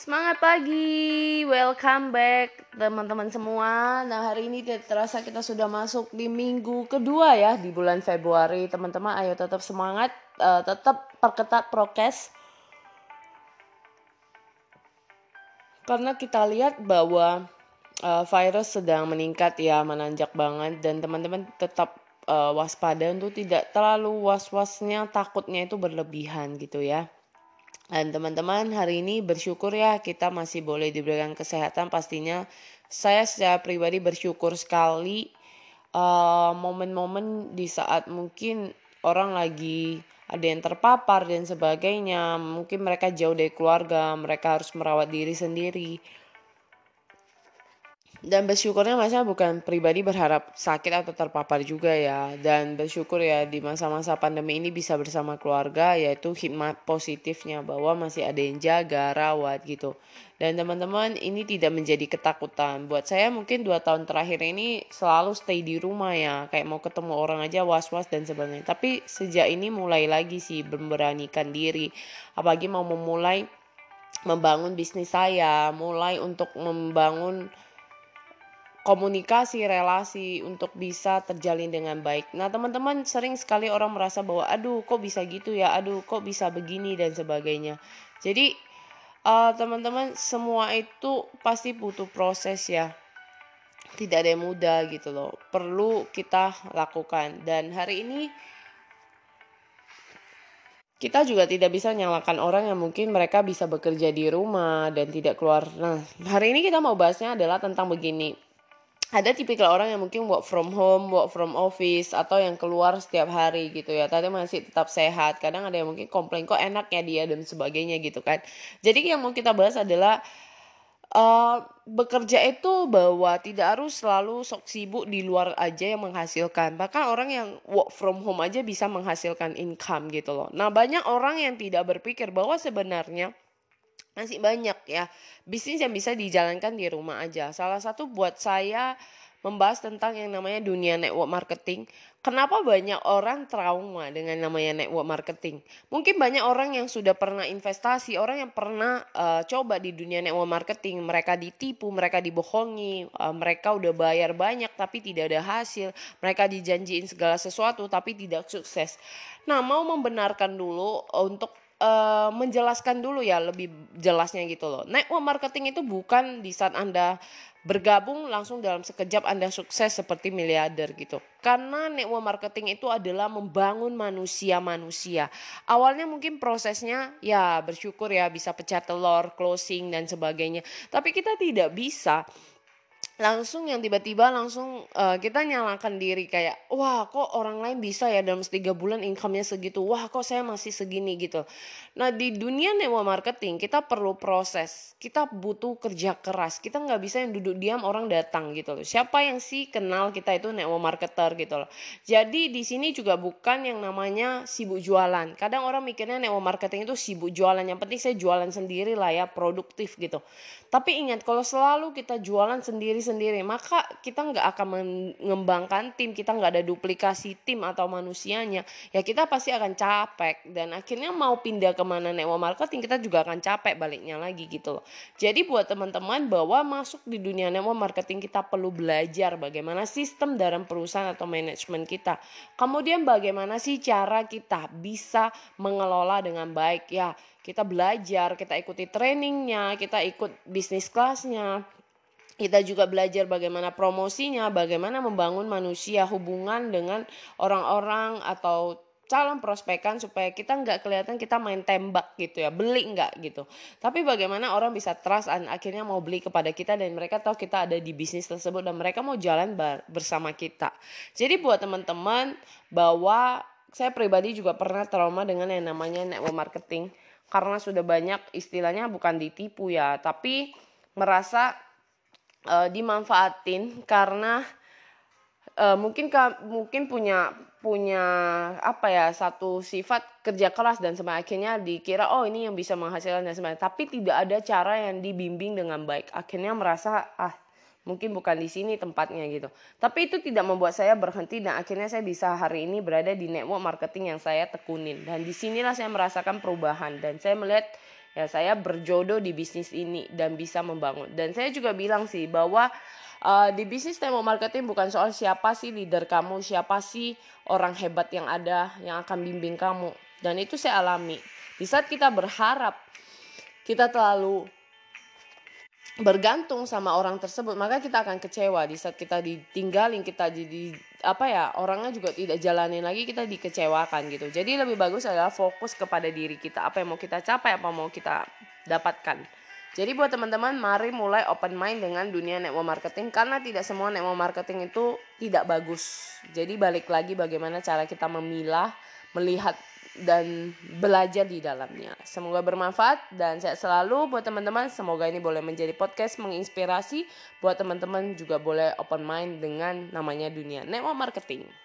Semangat pagi, welcome back teman-teman semua. Nah, hari ini tidak terasa kita sudah masuk di minggu kedua ya di bulan Februari. Teman-teman ayo tetap semangat, tetap perketat prokes. Karena kita lihat bahwa virus sedang meningkat ya, menanjak banget. Dan teman-teman tetap waspada untuk tidak terlalu was-wasnya, takutnya itu berlebihan gitu ya. Dan teman-teman hari ini bersyukur ya kita masih boleh diberikan kesehatan. Pastinya saya secara pribadi bersyukur sekali momen-momen di saat mungkin orang lagi ada yang terpapar dan sebagainya. Mungkin mereka jauh dari keluarga, mereka harus merawat diri sendiri. Dan bersyukurnya masa bukan pribadi berharap sakit atau terpapar juga ya. Dan bersyukur ya di masa-masa pandemi ini bisa bersama keluarga, yaitu hikmah positifnya bahwa masih ada yang jaga, rawat gitu. Dan teman-teman ini tidak menjadi ketakutan. Buat saya mungkin 2 tahun terakhir ini selalu stay di rumah ya. Kayak mau ketemu orang aja was-was dan sebagainya. Tapi sejak ini mulai lagi sih memberanikan diri. Apalagi mau memulai membangun bisnis saya, mulai untuk membangun komunikasi, relasi untuk bisa terjalin dengan baik. Nah teman-teman sering sekali orang merasa bahwa aduh kok bisa gitu ya, aduh kok bisa begini dan sebagainya. Jadi teman-teman semua itu pasti butuh proses ya. Tidak ada yang mudah gitu loh. Perlu kita lakukan. Dan hari ini kita juga tidak bisa nyalakan orang yang mungkin mereka bisa bekerja di rumah dan tidak keluar. Nah hari ini kita mau bahasnya adalah tentang begini. Ada tipikal orang yang mungkin work from home, work from office, atau yang keluar setiap hari gitu ya. Tapi masih tetap sehat. Kadang ada yang mungkin komplain kok enak ya dia dan sebagainya gitu kan. Jadi yang mau kita bahas adalah bekerja itu bahwa tidak harus selalu sok sibuk di luar aja yang menghasilkan. Bahkan orang yang work from home aja bisa menghasilkan income gitu loh. Nah banyak orang yang tidak berpikir bahwa sebenarnya masih banyak ya bisnis yang bisa dijalankan di rumah aja. Salah satu buat saya membahas tentang yang namanya dunia network marketing. Kenapa banyak orang trauma dengan namanya network marketing? Mungkin banyak orang yang sudah pernah investasi, orang yang pernah coba di dunia network marketing, mereka ditipu, mereka dibohongi, mereka udah bayar banyak tapi tidak ada hasil, mereka dijanjiin segala sesuatu tapi tidak sukses. Nah, mau membenarkan dulu untuk menjelaskan dulu ya lebih jelasnya gitu loh. Network marketing itu bukan di saat Anda bergabung langsung dalam sekejap Anda sukses seperti miliarder gitu. Karena network marketing itu adalah membangun manusia-manusia. Awalnya mungkin prosesnya ya bersyukur ya bisa pecah telur, closing dan sebagainya. Tapi kita tidak bisa langsung yang tiba-tiba langsung kita nyalakan diri kayak wah kok orang lain bisa ya dalam 3 bulan income-nya segitu, wah kok saya masih segini gitu. Nah di dunia network marketing kita perlu proses, kita butuh kerja keras, kita nggak bisa yang duduk diam orang datang gitu loh. Siapa yang sih kenal kita itu network marketer gitu loh. Jadi di sini juga bukan yang namanya sibuk jualan. Kadang orang mikirnya network marketing itu sibuk jualan, yang penting saya jualan sendiri lah ya, produktif gitu. Tapi ingat kalau selalu kita jualan sendiri-sendiri maka kita nggak akan mengembangkan tim, kita nggak ada duplikasi tim atau manusianya. Ya kita pasti akan capek dan akhirnya mau pindah kemana network marketing kita juga akan capek baliknya lagi gitu loh. Jadi buat teman-teman bahwa masuk di dunia network marketing kita perlu belajar bagaimana sistem dalam perusahaan atau manajemen kita. Kemudian bagaimana sih cara kita bisa mengelola dengan baik ya. Kita belajar, kita ikuti trainingnya, kita ikut bisnis kelasnya. Kita juga belajar bagaimana promosinya, bagaimana membangun manusia, hubungan dengan orang-orang atau calon prospekan supaya kita nggak kelihatan kita main tembak gitu ya, beli nggak gitu. Tapi bagaimana orang bisa trust dan akhirnya mau beli kepada kita dan mereka tahu kita ada di bisnis tersebut dan mereka mau jalan bersama kita. Jadi buat teman-teman bahwa saya pribadi juga pernah trauma dengan yang namanya network marketing. Karena sudah banyak istilahnya bukan ditipu ya, tapi merasa dimanfaatin karena mungkin punya apa ya satu sifat kerja keras dan akhirnya dikira oh ini yang bisa menghasilkan dan sebagainya, tapi tidak ada cara yang dibimbing dengan baik. Akhirnya merasa mungkin bukan di sini tempatnya gitu. Tapi itu tidak membuat saya berhenti dan akhirnya saya bisa hari ini berada di network marketing yang saya tekunin. Dan disinilah saya merasakan perubahan dan saya melihat ya saya berjodoh di bisnis ini dan bisa membangun. Dan saya juga bilang sih bahwa di bisnis network marketing bukan soal siapa sih leader kamu, siapa sih orang hebat yang ada yang akan bimbing kamu. Dan itu saya alami. Di saat kita berharap kita terlalu bergantung sama orang tersebut, maka kita akan kecewa. Di saat kita ditinggalin, kita jadi orangnya juga tidak jalanin lagi, kita dikecewakan gitu. Jadi lebih bagus adalah fokus kepada diri kita, apa yang mau kita capai, apa yang mau kita dapatkan. Jadi buat teman-teman, mari mulai open mind dengan dunia network marketing, karena tidak semua network marketing itu tidak bagus. Jadi balik lagi bagaimana cara kita memilah, melihat dan belajar di dalamnya. Semoga bermanfaat dan sehat selalu buat teman-teman. Semoga ini boleh menjadi podcast menginspirasi buat teman-teman, juga boleh open mind dengan namanya dunia network marketing.